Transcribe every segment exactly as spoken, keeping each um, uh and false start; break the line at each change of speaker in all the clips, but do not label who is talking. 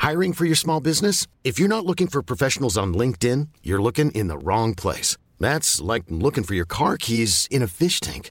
Hiring for your small business? If you're not looking for professionals on LinkedIn, you're looking in the wrong place. That's like looking for your car keys in a fish tank.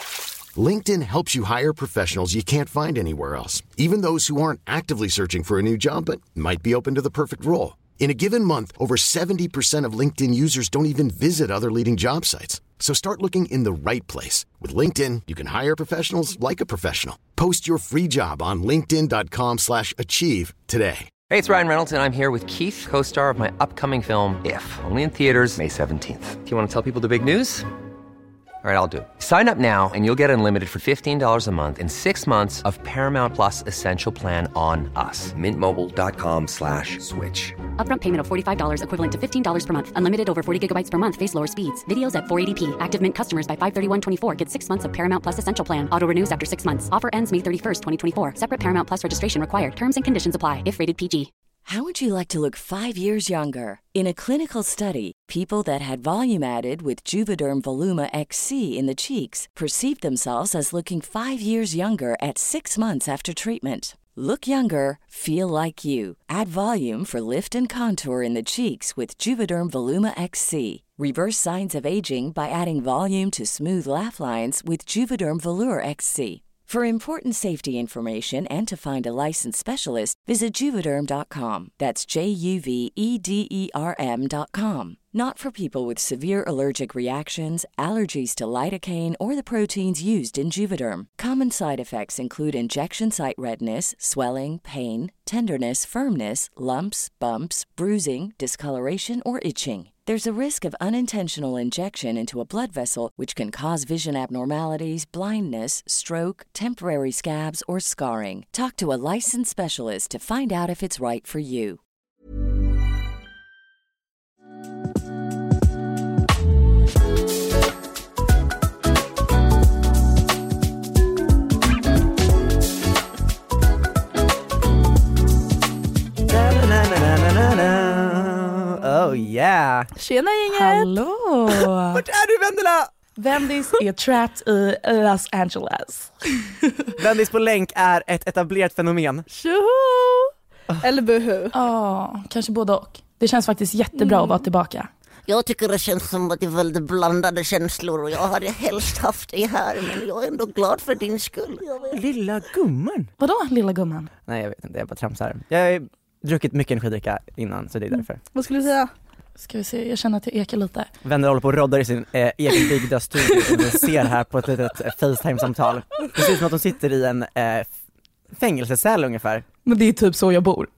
LinkedIn helps you hire professionals you can't find anywhere else, even those who aren't actively searching for a new job but might be open to the perfect role. In a given month, over seventy percent of LinkedIn users don't even visit other leading job sites. So start looking in the right place. With LinkedIn, you can hire professionals like a professional. Post your free job on linkedin dot com slash achieve today.
Hey, it's Ryan Reynolds, and I'm here with Keith, co-star of my upcoming film, If, only in theaters May seventeenth. Do you want to tell people the big news? All right, I'll do it. Sign up now and you'll get unlimited for fifteen dollars a month and six months of Paramount Plus Essential Plan on us. Mint Mobile dot com slash switch.
Upfront payment of forty-five dollars equivalent to fifteen dollars per month. Unlimited over forty gigabytes per month. Face lower speeds. Videos at four eighty p. Active Mint customers by five thirty-one twenty-four get six months of Paramount Plus Essential Plan. Auto renews after six months. Offer ends May thirty-first, twenty twenty-four. Separate Paramount Plus registration required. Terms and conditions apply if rated P G.
How would you like to look five years younger? In a clinical study, people that had volume added with Juvederm Voluma X C in the cheeks perceived themselves as looking five years younger at six months after treatment. Look younger, feel like you. Add volume for lift and contour in the cheeks with Juvederm Voluma X C. Reverse signs of aging by adding volume to smooth laugh lines with Juvederm Volure X C. For important safety information and to find a licensed specialist, visit Juvederm dot com. That's J U V E D E R M dot com. Not for people with severe allergic reactions, allergies to lidocaine, or the proteins used in Juvederm. Common side effects include injection site redness, swelling, pain, tenderness, firmness, lumps, bumps, bruising, discoloration, or itching. There's a risk of unintentional injection into a blood vessel, which can cause vision abnormalities, blindness, stroke, temporary scabs, or scarring. Talk to a licensed specialist to find out if it's right for you.
Oh yeah.
Tjena gänget.
Hallå.
Vart är du, Vendela?
Vendis är trapped i Los Angeles.
Vendis på länk är ett etablerat fenomen.
Tjoho! Eller buhu.
Ja, oh, kanske både och. Det känns faktiskt jättebra mm. att vara tillbaka.
Jag tycker det känns som att det är väldigt blandade känslor och jag hade helst haft dig här, men jag är ändå glad för din skull.
Lilla gumman.
Vadå lilla gumman?
Nej, jag vet inte, jag bara tramsar. Jag har druckit mycket energidricka innan, så det är därför. Mm.
Vad skulle du säga?
Ska vi se, jag känner att jag ekar lite.
Vänner håller på och roddar i sin eh, egen byggda studio som vi ser här på ett litet eh, FaceTime-samtal. Det ser ut som att de sitter i en eh, fängelsecell ungefär.
Men det är typ så jag bor.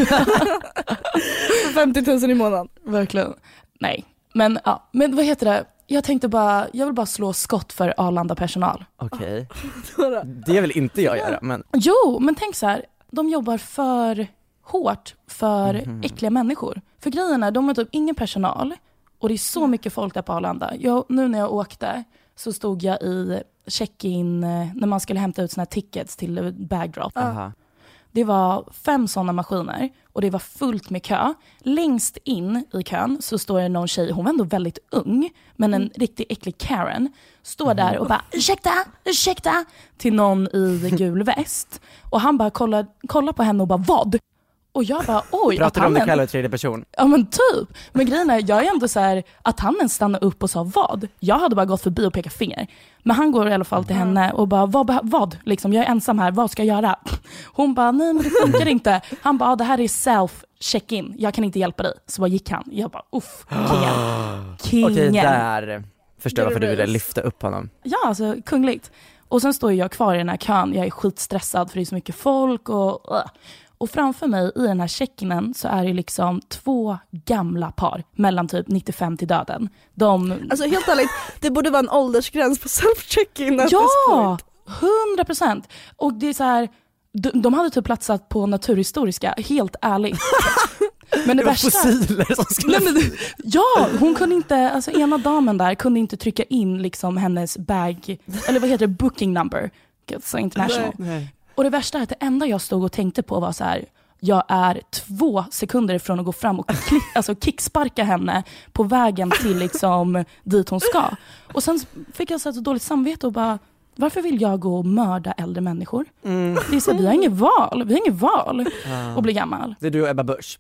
femtio tusen i månaden.
Verkligen. Nej, men ja, men vad heter det? Jag tänkte bara, jag vill bara slå skott för Arlanda personal.
Okej. Okay. Det vill inte jag göra, men...
Jo, men tänk så här, de jobbar för hårt för mm-hmm. äckliga människor. För grejen är, de har typ ingen personal och det är så mycket folk där på Arlanda. Jag, nu när jag åkte så stod jag i check-in när man skulle hämta ut såna här tickets till bagdrop.
Aha.
Det var fem sådana maskiner och det var fullt med kö. Längst in i kön så står det någon tjej, hon var ändå väldigt ung, men en mm. riktigt äcklig Karen, står där och bara, ursäkta, ursäkta, till någon i gul väst. Och han bara kollar, kollar på henne och bara, vad? Och jag bara, oj.
Pratar du om dig själv i tredje person?
Ja men typ. Men grejen är, jag är ändå så här, att han ens stannar upp och sa vad? Jag hade bara gått förbi och pekat finger. Men han går i alla fall till mm. henne och bara, vad? vad? Liksom, jag är ensam här, vad ska jag göra? Hon bara, nej men det funkar inte. Han bara, det här är self-check-in, jag kan inte hjälpa dig. Så bara gick han. Jag bara, uff, kingen. Kingen.
Okej, där förstår varför du ville lyfta upp honom.
Ja, alltså kungligt. Och sen står jag kvar i den här kön. Jag är skitstressad för det är så mycket folk och... Uh. Och framför mig i den här check-inen så är det liksom två gamla par mellan typ nittiofem till döden. De...
Alltså helt ärligt, det borde vara en åldersgräns på self-check-in.
Ja, hundra procent. Och det är så här, de, de hade typ platsat på Naturhistoriska, helt ärligt. Men det,
det var
värsta...
fossiler som skulle...
Nej, men, ja, hon kunde inte, alltså ena damen där kunde inte trycka in liksom hennes bag, eller vad heter det, booking number. Så international.
Nej, nej.
Och det värsta är att det enda jag stod och tänkte på var så här, jag är två sekunder ifrån att gå fram och klick, alltså kicksparka henne på vägen till liksom dit hon ska. Och sen fick jag så dåligt samvete och bara, Varför vill jag gå och mörda äldre människor?
Mm.
Det är så, vi har inget val. Vi har inget val
Ah.
att bli gammal.
Det är du och Ebba Busch.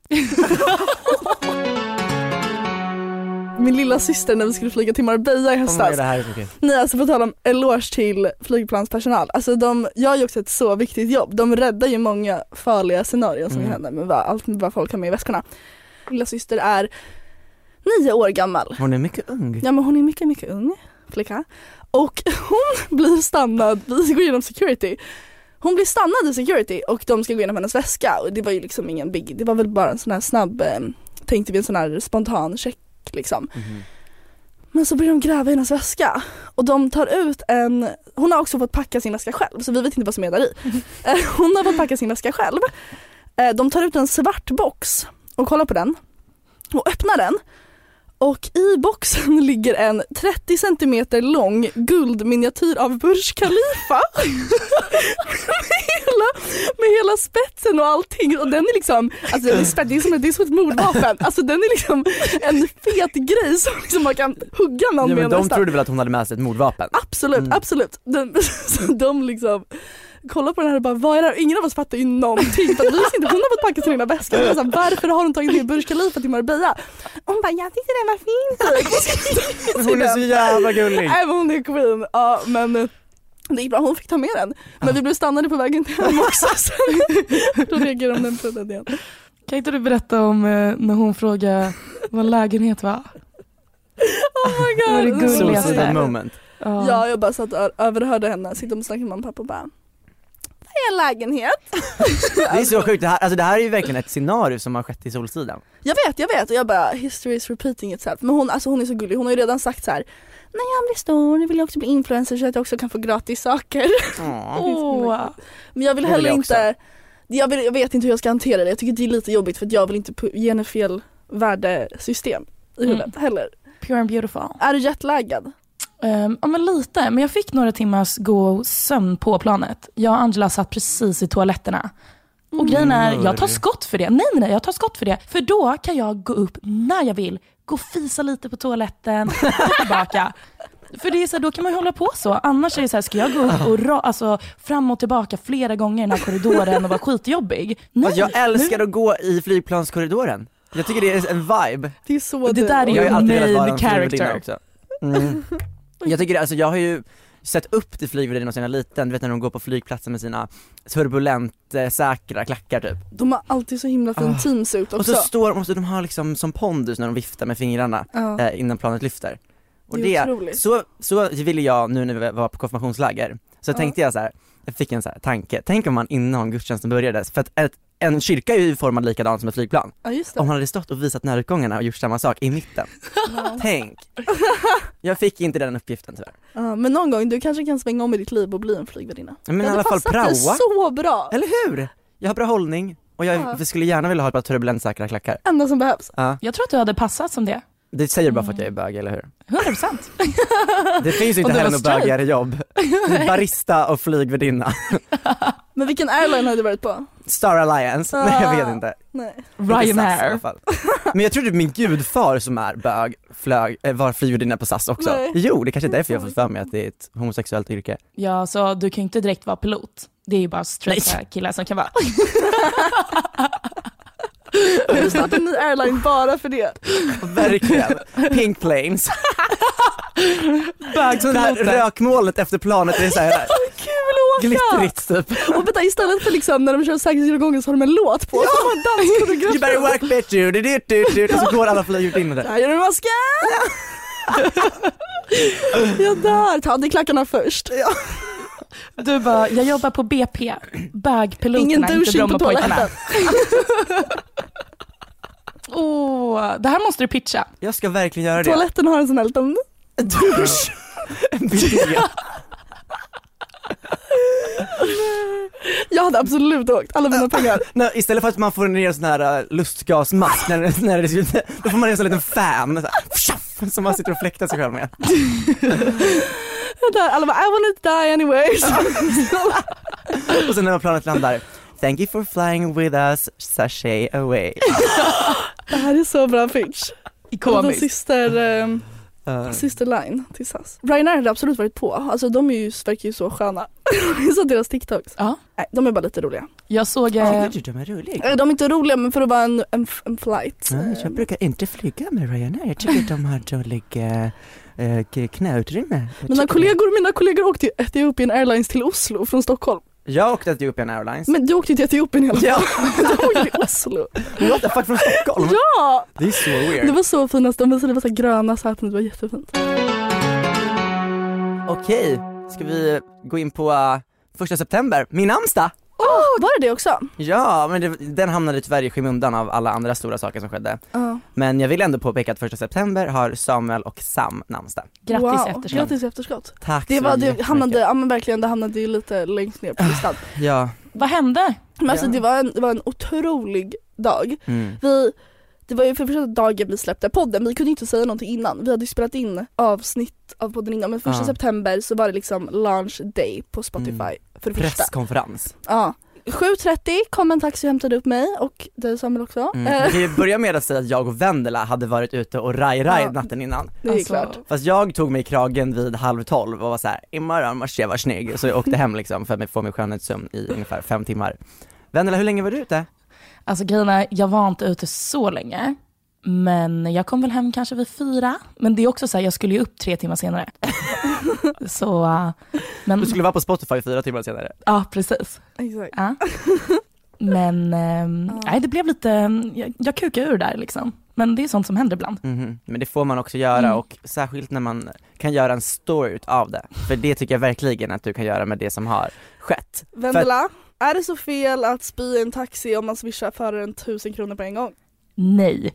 Min lilla syster när vi skulle flyga till Marbella i höstas.
Oh, det här är så kul.
Nej, alltså på tal om eloge till flygplanspersonal. Alltså de gör ju också ett så viktigt jobb. De räddar ju många farliga scenarion som
Mm.
händer med vad, allt med vad folk har med i väskorna. Lilla syster är nio år gammal.
Hon är mycket ung.
Ja, men hon är mycket, mycket ung flicka. Och hon blir stannad, vi går igenom security. Hon blir stannad i security och de ska gå igenom hennes väska. Och det var ju liksom ingen big, det var väl bara en sån här snabb, eh, tänkte vi en sån här spontan check liksom. Mm-hmm. Men så börjar de gräva i hennes väska och de tar ut en, hon har också fått packa sin väska själv så vi vet inte vad som är där i. Hon har fått packa sin väska själv. De tar ut en svart box och kollar på den och öppnar den. Och i boxen ligger en trettio centimeter lång guldminiatyr av Burj Khalifa. med, hela, med hela spetsen och allting. Och den är liksom, alltså den är spett, det är som ett, det är som ett mordvapen. Alltså den är liksom en fet grej som liksom man kan hugga någon
ja,
med.
men de
nästan.
trodde väl att hon hade med sig ett mordvapen?
Absolut, mm. absolut. Den, så de liksom kollar på den här och bara, vad är det här? Ingen av oss fattar ju någonting. För att vi visste inte, hon har fått packa sina väskor. Så här, varför har hon tagit med Burj Khalifa till Marbella? Hon bara, jag tyckte det var fint.
Hon är så jävla gullig.
Nej, men hon är queen. Ja, men det gick bra, hon fick ta med den. Men vi blev stannade på vägen till hem också. Då reagerade de på den igen.
Kan inte du berätta om eh, när hon frågade vad lägenhet var?
Oh my god.
Det var det
gulligaste moment.
Ja. ja, jag bara satt och överhörde henne. Sitter och snackade med mamma och pappa och bara, det är en lägenhet.
Det är så sjukt, det här, alltså det här är ju verkligen ett scenario som har skett i Solsidan.
Jag vet, jag vet och jag bara, history is repeating itself. Men hon, alltså hon är så gullig, hon har ju redan sagt så här: när jag blir stor, nu vill jag också bli influencer så att jag också kan få gratis saker.
Oh.
Men jag vill
vill
heller
jag
inte, jag, vill, jag vet inte hur jag ska hantera det. Jag tycker det är lite jobbigt för att jag vill inte ge henne fel värdesystem i huvudet mm. heller.
Pure and beautiful.
Är du jetlaggad?
Um, ja men lite, men jag fick några timmars gå sömn på planet. Jag och Angela satt precis i toaletterna. Och grejen är, jag tar skott för det. Nej, nej, nej, jag tar skott för det. För då kan jag gå upp när jag vill. Gå och fisa lite på toaletten. Och tillbaka. För det är så här, då kan man ju hålla på så. Annars är det så här, ska jag gå upp och ra- alltså, fram och tillbaka flera gånger i den här korridoren och vara skitjobbig? Nej,
jag älskar nu. Att gå i flygplanskorridoren. Jag tycker det är en vibe.
Det är så
det där är ju en main character
också. Mm. Jag tycker det, alltså jag har ju sett upp till flygvärdinnan sedan jag var liten. Du vet när de går på flygplatsen med sina turbulent eh, säkra klackar typ.
De har alltid så himla fin oh. teamsuit också.
Och så står de, de har liksom som pondus när de viftar med fingrarna oh. eh, innan planet lyfter. Och det, det så, så ville jag nu när vi var på konfirmationsläger. Så oh. tänkte jag så här, jag fick en så här tanke. Tänk om man innan gudstjänsten började, för att ett, en kyrka är ju formad likadant som ett flygplan.
Ja, just det.
Om man hade stått och visat närutgångarna och gjort samma sak i mitten. No. Tänk. Jag fick inte den uppgiften tyvärr.
Ja, men någon gång du kanske kan svänga om i ditt liv och bli en flygvärdinna.
Men i alla fall praoa.
Det så bra.
Eller hur? Jag har bra hållning och jag ja. skulle gärna vilja ha ett par turbulentsäkra klackar.
Enda som behövs.
Ja.
Jag tror att du hade passat som det.
Det säger bara för att jag är bög, eller hur?
hundra procent.
Det finns ju inte heller något bögigare jobb. Barista och flygvärdinna.
Men vilken airline har du varit på?
Star Alliance, ah, nej jag vet inte.
Nej.
Ryanair.
Men jag trodde min gudfar som är bög flög, var flygvärdinna på S A S också. Nej. Jo, det kanske är därför jag har fått för mig att det är ett homosexuellt yrke.
Ja, så du kan ju inte direkt vara pilot. Det är ju bara straighta killar som kan vara.
Du startar en ny airline bara för det.
Verkligen. Pink planes. Så det här rökmålet efter planet är så här.
Kul att åka.
Glittrigt typ.
Och vänta, istället för liksom när de kör säkerhetsgenomgången så har de en låt på. Ja. Så har man danskoreografi.
You better work bitch you. Du, du, du, du. Och så går alla flyg ut in där.
Där gör du maska. Jag dör. Ta de klackarna först. Ja.
Du bara, jag jobbar på B P. Bögpiloterna, inte Brommapojkarna. Åh, oh, det här måste du pitcha.
Jag ska verkligen göra det.
Toaletten har en sån här liten
dusch. En bidé.
Jag hade absolut åkt alla mina pengar.
Nej, istället för att man får ner en sån här lustgasmask när, när det, då får man en sån liten fan så här, som man sitter och fläktar sig själv med.
Där, alla bara, I want to die anyways.
Och sen när planet landar, thank you for flying with us, sashay away.
Det här är så bra pitch.
Ikoniskt.
Syster, um,
Uh.
Sister Line till S A S. Ryanair hade absolut varit på. Alltså de är ju, verkar ju så sköna. Så deras TikToks.
Ja.
Nej, de är bara lite roliga.
Jag såg...
Ja,
Eh...
de är roliga.
De är inte roliga, men för att vara en, en, en flight.
Ja, jag brukar inte flyga med Ryanair. Jag tycker att de har dåliga uh, knäutrymme.
Mina kollegor, mina kollegor åkte till Ethiopian Airlines till Oslo från Stockholm.
Jag åkte till Ethiopian Airlines.
Men du åkte till Etiopien i alla fall.
Ja.
Du åkte till Oslo.
What the fuck, från Stockholm?
Ja!
Det är så weird.
Det var så finast. De visade, det var så gröna säten. Det var jättefint.
Okej, ska vi gå in på uh, första september? Min namnsdag!
Oh, var det det också?
Ja, men det, den hamnade tyvärr i skymundan av alla andra stora saker som skedde.
Uh.
Men jag vill ändå påpeka att första september har Samuel och Sam namnsdag.
Grattis
wow.
efterskott.
Grattis efterskott.
Tack
det
så
var, det hamnade,
mycket.
ja men verkligen, det hamnade ju lite längst ner på listan.
Ja.
Vad hände?
Men alltså
Ja.
det var, en, det var en otrolig dag.
Mm.
Vi, det var ju för första dagen vi släppte podden. Vi kunde inte säga någonting innan. Vi hade ju spelat in avsnitt av podden innan. Men första
Ja.
september så var det liksom launch day på Spotify.
Mm.
För det första.
Presskonferens.
Ja. sju trettio kom en taxi och hämtade upp mig och dig Samuel också.
Mm.
Eh,
Vi kan ju börja med att säga att jag och Vendela hade varit ute och raj-raj
Ja.
natten innan.
det är
Alltså,
klart.
Fast jag tog mig i kragen vid halv tolv och var så här: imorgon måste jag vara snygg. Så jag åkte hem liksom för att få mig skönhetssömn i ungefär fem timmar. Vendela, hur länge var du ute?
Alltså grejen är, jag var inte ute så länge. Men jag kom väl hem kanske vid fyra. Men det är också så här, jag skulle ju upp tre timmar senare. Så, uh, men...
Du skulle vara på Spotify fyra timmar senare.
Ja, precis.
Exakt.
Ja. Men ähm,
Ja.
nej, det blev lite, jag, jag kukade ur där liksom. Men det är sånt som händer ibland.
Mhm. Men det får man också göra
Mm.
och särskilt när man kan göra en story av det. För det tycker jag verkligen att du kan göra med det som har skett.
Vendela, är det så fel att spy i en taxi om man swishar föraren tusen kronor på en gång?
Nej.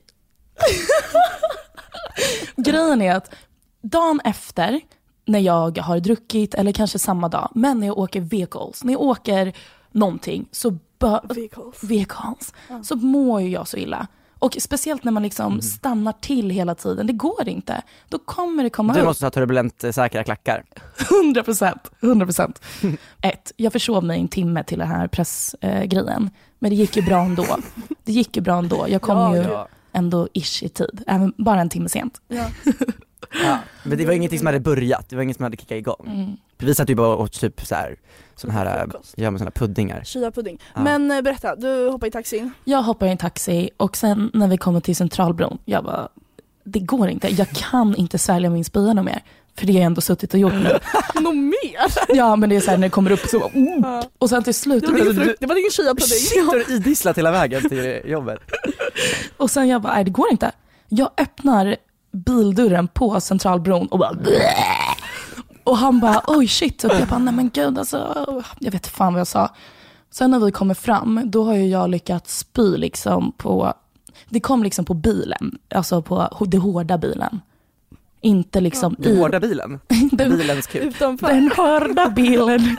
Grejen är att dagen efter när jag har druckit, eller kanske samma dag, men när jag åker vehicles, när jag åker någonting så, bö-
Vehicles.
vehicles,
Ja.
så mår ju jag så illa. Och speciellt när man liksom
Mm.
stannar till hela tiden, det går inte. Då kommer det komma
Du
ut.
måste ha turbulent eh, säkra klackar.
hundra procent, hundra procent. Ett, jag försov mig en timme till den här pressgrejen. Men det gick ju bra ändå. Det gick ju bra ändå. Jag kom
Ja,
ju
ja.
ändå ish i tid. Även bara en timme sent.
Ja.
Ja. Men det var ingenting som hade börjat, det var inget som hade kickat igång.
Mm.
Vi satt ju bara och åt typ så här, sån här, äh,
Frukost.
ja men såna här puddingar.
Chia-pudding.
Ja.
Men eh, berätta, du hoppar i taxin.
Jag hoppar i en taxi och sen när vi kommer till Centralbron, jag bara, det går inte. Jag kan inte svälja min spya något mer. För det har jag ändå suttit och gjort nu.
Något mer?
Ja, men det är så här när det kommer upp så bara, mm.
Ja.
Och sen till slut.
Det var ingen, frukt, det var ingen chia-pudding.
Shit, har du idisslat hela vägen till jobbet?
Och sen jag bara, nej det går inte. Jag öppnar bildörren på Centralbron och bara bleh. Och han bara, oj shit. Och jag bara, nej men gud alltså. Jag vet fan vad jag sa. Sen när vi kommer fram, då har ju jag lyckats spy liksom på, det kom liksom på bilen. Alltså på det hårda bilen. Inte liksom
Den
i
hårda bilen?
den,
Bilens kuk?
Utanför.
den hårda bilen.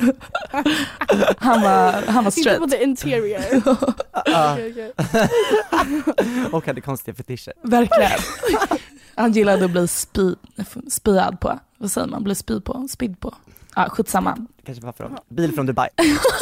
Han var, han var
Inte
straight.
på the interior.
Ja.
Okej, okej.
Och hade konstiga fetischer.
Verkligen. Han gillade att bli spy, spyad på. Vad säger man? Bli spyd på? Spydd på? Ja, skitsamma.
Kanske var från bil från Dubai.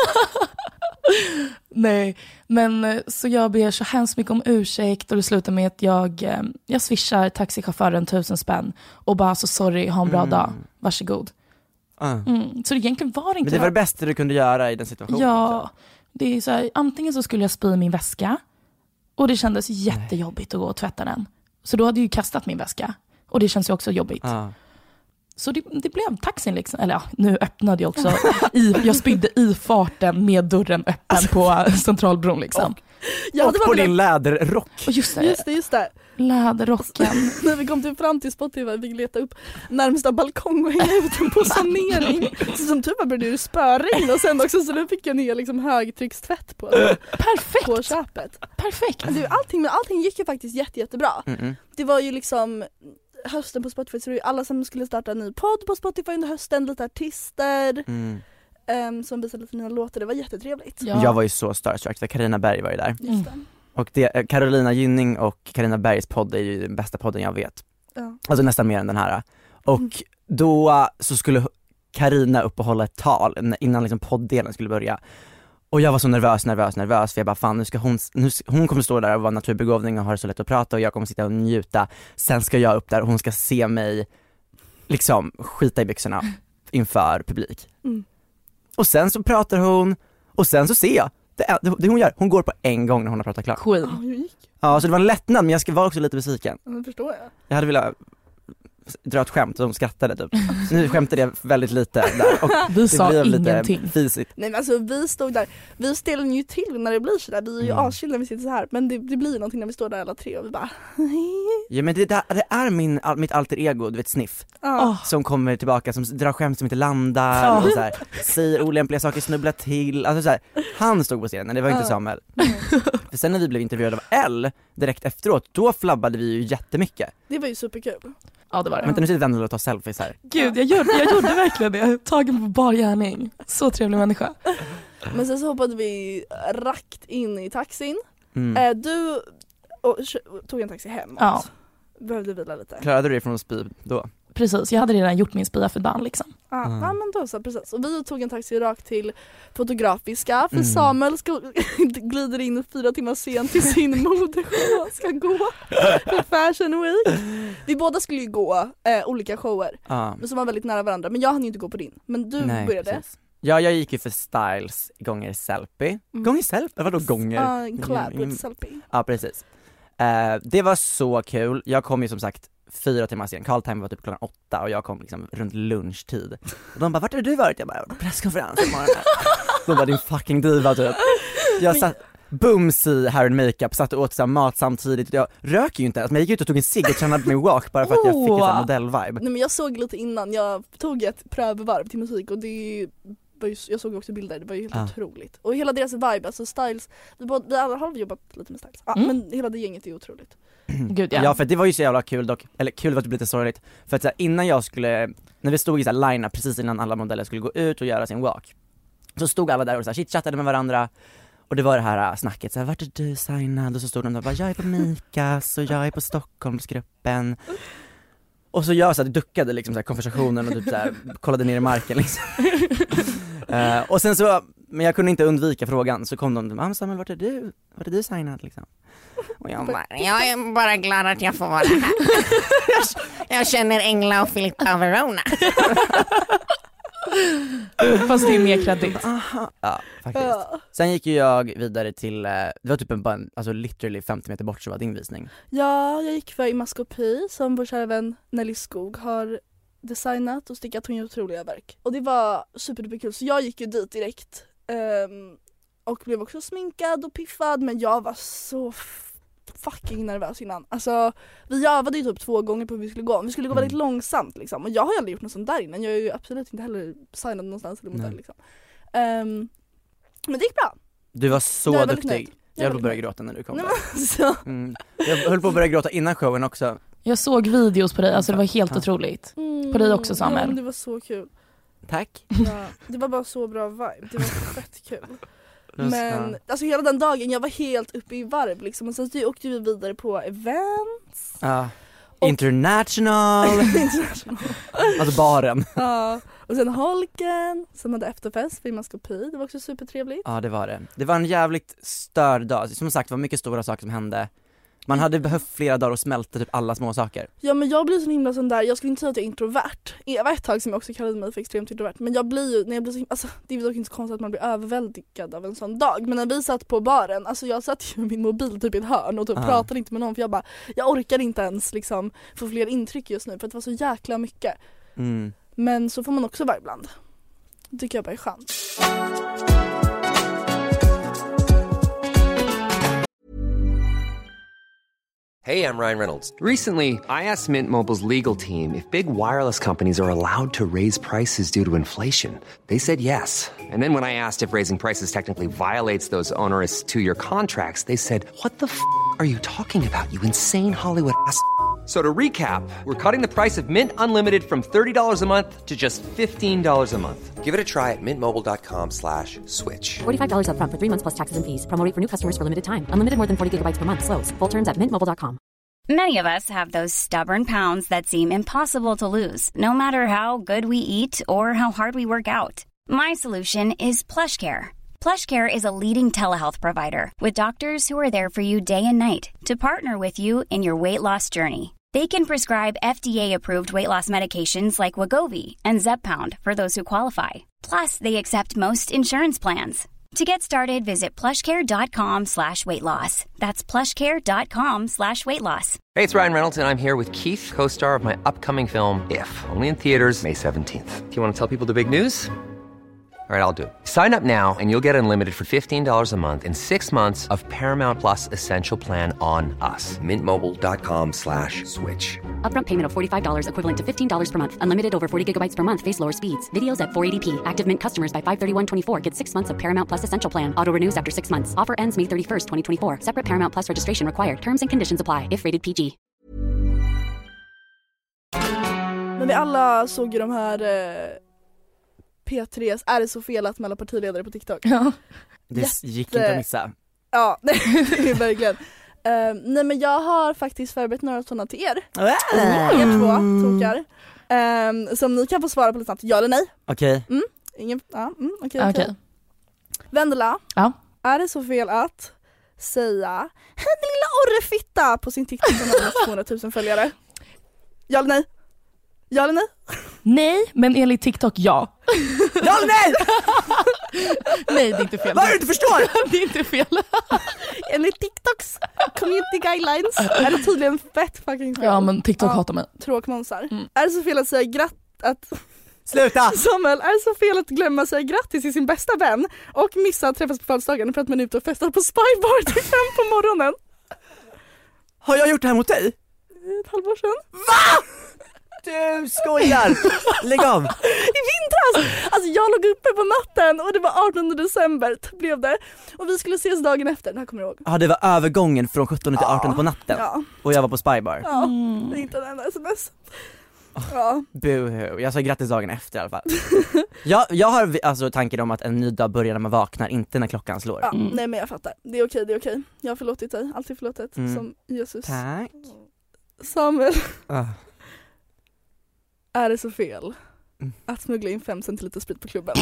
Nej, men eh, så jag ber så hemskt mycket om ursäkt och det slutar med att jag, eh, jag swishar taxichauffören tusen spänn och bara så sorry, ha en bra
Mm.
dag. Varsågod.
Uh.
Mm. Så egentligen var det inte
Men det var det bästa du kunde göra i den situationen.
Ja, det är så här, antingen så skulle jag spy i min väska och det kändes jättejobbigt att gå och tvätta den. Så då hade jag ju kastat min väska och det känns ju också jobbigt.
Ja.
Så det, det blev taxin liksom. Eller ja, nu öppnade jag också. I, jag spydde i farten med dörren öppen på Centralbron liksom.
Jag hade
Och på
varit
din läderrock.
Och just det,
Just det, just det.
läderrocken.
När vi kom till fram till Spotify fick leta upp närmsta balkong och hänga ut den på sanering. Så som typ började det spöregn och sen också så nu fick jag ner liksom högtryckstvätt på,
Perfekt,
på köpet.
perfekt.
Du, allting, men allting gick ju faktiskt jätte, jättebra.
Mm-mm.
Det var ju liksom hösten på Spotify, så det var ju alla som skulle starta en ny podd på Spotify under hösten, lite artister
Mm.
um, som visade lite nya låtar, det var jättetrevligt.
Ja.
Jag var ju så starstruck, för Carina Berg var ju där.
Just det.
Och det, Carolina Gynning och Carina Bergs podd är ju den bästa podden jag vet.
Ja.
Alltså nästan mer än den här. Och
Mm.
då så skulle Carina upp och hålla ett tal innan liksom podddelen skulle börja. Och jag var så nervös, nervös, nervös för jag bara fan nu ska hon, nu, hon kommer stå där och vara naturbegåvning och ha det så lätt att prata och jag kommer sitta och njuta. Sen ska jag upp där och hon ska se mig liksom skita i byxorna inför publik. Mm. Och sen så pratar hon och sen så ser jag det, det, det hon gör, hon går på en gång när hon har pratat klart.
Queen.
Ja, så det var en lättnad men jag ska vara också lite besviken.
Ja, det förstår jag.
Jag hade velat dra ett skämt och de skrattade typ. Nu skämtade jag väldigt lite där och
vi sa
det blev
ingenting.
Lite fisigt.
Nej men alltså vi stod där, vi ställer ju till när det blir sådär, vi är ju mm. avskilda när vi sitter så här, men det, det blir någonting när vi står där alla tre och vi bara
ja men det, det är min, mitt alter ego, du vet Sniff oh. som kommer tillbaka, som drar skämt som inte landar oh. och så här, säger olämpliga saker, snubblar till, alltså så här, han stod på scenen, det var inte oh. Samuel. Mm. För sen när vi blev intervjuade av Elle direkt efteråt, då flabbade vi ju jättemycket.
Det var ju superkul.
Ja det var det.
Vänta nu sitter Vendela och tar selfies här.
Gud jag gjorde, jag gjorde verkligen det. Tagen på bar gärning. Så trevlig människa.
Men sen så hoppade vi rakt in i taxin. Mm. eh, Du och, tog en taxi hem.
Ja.
Behövde vila lite.
Klarade du dig från att spy då?
Precis, jag hade redan gjort min spya för dagen liksom.
Ja, mm. ja men då så, precis. Och vi tog en taxi rakt till Fotografiska. För mm. Samuel ska, glider in fyra timmar sent till sin modeshow. Ska gå för Fashion Week. Vi båda skulle ju gå eh, olika shower. Ah. Som var väldigt nära varandra. Men jag hann ju inte gå på din. Men du Nej, började. Precis.
Ja, jag gick ju för Styles gånger Selfie. Mm. Gånger Selfie? Vadå gånger?
Ja, uh, collab with Selfie.
Ja, precis. Uh, det var så kul. Jag kom ju som sagt fyra timmar sen. Call time var typ klockan åtta och jag kom liksom runt lunchtid. Och de bara, vart har du varit? Jag bara, presskonferens imorgon. De bara, din fucking diva typ. Jag satt bums i hair and makeup, satt och åt så här mat samtidigt. Jag röker ju inte ens, men jag gick ut och tog en cigg och tränade min walk bara för att jag fick en modellvibe.
Nej men jag såg lite innan, jag tog ett prövvarv till musik och det var ju, jag såg också bilder, det var ju helt ah. otroligt. Och hela deras vibe, alltså Styles, vi, både, vi alla har jobbat lite med Styles, ah, mm. men hela det gänget är otroligt.
Gud, ja. ja för det var ju så jävla kul dock, eller kul var det lite sorgligt. För att så här, innan jag skulle, när vi stod i så här line-up precis innan alla modeller skulle gå ut och göra sin walk, så stod alla där och så här, chitchattade med varandra. Och det var det här snacket, så här, vart är du signad? Och så stod de där och bara, jag är på Mikas och jag är på Stockholmsgruppen. Och så jag så här, duckade liksom så här, konversationen och typ så här, kollade ner i marken liksom. uh, och sen så, men jag kunde inte undvika frågan, så kom de, ah, Samuel, vart är du? Vart är du signad liksom?
Och jag bara, jag är bara glad att jag får vara här. Jag känner Engla och Filippa Verona.
Fast det är mer kredit.
Ja, faktiskt. Sen gick ju jag vidare till, det var typ en, bara, alltså literally femtio meter bort så var din visning.
Ja, jag gick för Imaskopi som vår kära vän Nelly Skog har designat och stickat. Hon gör otroliga verk. Och det var superduperkul, så jag gick ju dit direkt um, och blev också sminkad och piffad, men jag var så fucking nervös innan. Alltså vi övade ju typ två gånger på hur vi skulle gå. Vi skulle gå mm. väldigt långsamt liksom. Och jag har ju aldrig gjort något sånt där innan. Jag är ju absolut inte heller signad någonstans eller modell liksom. Um, men det gick bra.
Du var så var duktig. Jag höll på att börja gråta när du kom. Nej, mm. Jag höll på att börja gråta innan showen också.
Jag såg videos på dig, alltså det var helt ja. otroligt. Mm. På dig också, Samuel.
Ja, det var så kul.
Tack.
Ja, det var bara så bra vibe. Det var fett kul. Men alltså hela den dagen jag var helt uppe i varv liksom. Och sen så åkte vi vidare på events.
Ja. Och International.
International.
Alltså baren.
Ja. Och sen Holken som hade efterfest för Imaskopi. Det var också supertrevligt.
Ja, det var det. Det var en jävligt störd dag. Som sagt, det var mycket stora saker som hände. Man hade behövt flera dagar att smälta typ alla små saker.
Ja, men jag blir så himla sån där, jag skulle inte säga att jag är introvert. Det var ett tag som jag också kallade mig för extremt introvert. Men jag blir ju, när jag blir så, alltså, det är dock inte så konstigt att man blir överväldigad av en sån dag. Men när vi satt på baren, alltså jag satt ju med min mobil typ i ett hörn och typ pratade inte med någon. För jag bara, jag orkar inte ens liksom få fler intryck just nu för att det var så jäkla mycket.
Mm.
Men så får man också vara ibland. Det tycker jag bara är skönt.
Hey, I'm Ryan Reynolds. Recently, I asked Mint Mobile's legal team if big wireless companies are allowed to raise prices due to inflation. They said yes. And then when I asked if raising prices technically violates those onerous two-year contracts, they said, what the f*** are you talking about, you insane Hollywood ass f- So to recap, we're cutting the price of Mint Unlimited from thirty dollars a month to just fifteen dollars a month. Give it a try at mintmobile.com slash switch.
forty-five dollars up front for three months plus taxes and fees. Promo rate for new customers for limited time. Unlimited more than forty gigabytes per month. Slows full terms at mint mobile dot com.
Many of us have those stubborn pounds that seem impossible to lose, no matter how good we eat or how hard we work out. My solution is PlushCare. PlushCare is a leading telehealth provider with doctors who are there for you day and night to partner with you in your weight loss journey. They can prescribe F D A-approved weight loss medications like Wegovy and Zepbound for those who qualify. Plus, they accept most insurance plans. To get started, visit plushcare.com slash weight loss. That's plushcare.com slash weight loss.
Hey, it's Ryan Reynolds, and I'm here with Keith, co-star of my upcoming film, If, only in theaters May seventeenth. Do you want to tell people the big news? All right, I'll do it. Sign up now and you'll get unlimited for fifteen dollars a month and six months of Paramount Plus Essential Plan on us. Mint Mobile dot com slash switch.
Upfront payment of forty-five dollars equivalent to fifteen dollars per month. Unlimited over forty gigabytes per month. Face lower speeds. Videos at four eighty p. Active Mint customers by five thirty-one twenty-four get six months of Paramount Plus Essential Plan. Auto renews after six months. Offer ends May thirty-first, twenty twenty-four. Separate Paramount Plus registration required. Terms and conditions apply if rated P G.
Men vi alla såg ju de här... Eh... P tre:s är det så fel att mellan partiledare på TikTok.
Ja. Det Jätte... gick inte att missa.
Ja, det är verkligen. Uh, nej men jag har faktiskt förberett några sådana till er. Mm. Er två tokar. Um, som ni kan få svara på lite snabbt. Ja eller nej?
Okej. Okay.
Mm. Ingen, ja, mm, okej. Okay,
okay.
okay. Vendela,
ja.
Är det så fel att säga hej din lilla orrefitta på sin TikTok som har tvåhundratusen följare? Ja eller nej? Ja eller nej?
Nej, men enligt TikTok ja.
Ja eller nej?
Nej, det är inte fel.
Vad är det du inte förstår?
Det är inte fel.
Enligt TikToks community guidelines är det tydligen fett fucking fel.
Ja, men TikTok ja, hatar mig.
Tråkmånsar. Mm. Är det så fel att säga gratt att...
Sluta!
Samuel, är det så fel att glömma säga grattis till sin bästa vän och missa att träffas på födelsedagen för att man är ute och festar på Spybar till fem på morgonen?
Har jag gjort det här mot dig?
Ett halvår sedan.
Va? Du skojar! Lägg av!
I vintras! Alltså jag låg uppe på natten och det var artonde december blev det. Och vi skulle ses dagen efter, det här kommer jag ihåg.
Ja, det var övergången från sjuttonde till artonde på natten.
Ja.
Och jag var på Spybar.
Ja, mm. inte en enda sms. Ja.
Buhu. Jag sa grattis dagen efter i alla fall. jag, jag har alltså tankar om att en ny dag börjar när man vaknar, inte när klockan slår.
Ja, mm. Nej men jag fattar, det är okej, det är okej. Jag har förlåtit dig, alltid förlåtit, mm. som Jesus.
Tack.
Samuel.
Uh.
Är det så fel att smuggla in fem centiliter sprit på klubben?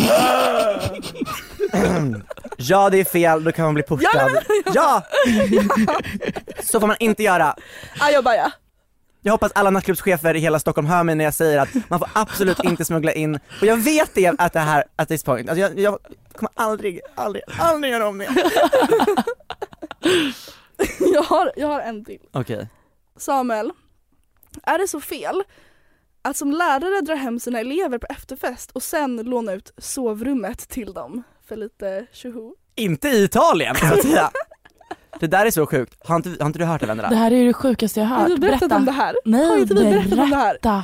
Ja, det är fel, då kan man bli portad. Ja! Ja! Ja! Så får man inte göra.
Ajabaja.
Jag hoppas alla nattklubbschefer i hela Stockholm hör mig när jag säger att man får absolut inte smuggla in. Och jag vet det att det här, at this point. Alltså jag, jag kommer aldrig, aldrig, aldrig göra om det.
jag, har, jag har en till.
Okej. Okay.
Samuel, är det så fel att som lärare dra hem sina elever på efterfest och sen låna ut sovrummet till dem för lite tjoho?
Inte i Italien, så att säga. Det där är så sjukt. Har inte, har inte du hört det, Vendela?
Det här är det sjukaste jag har hört.
Har du berättat
berätta.
om det här?
Nej,
har inte vi berättat
berätta.
om det här?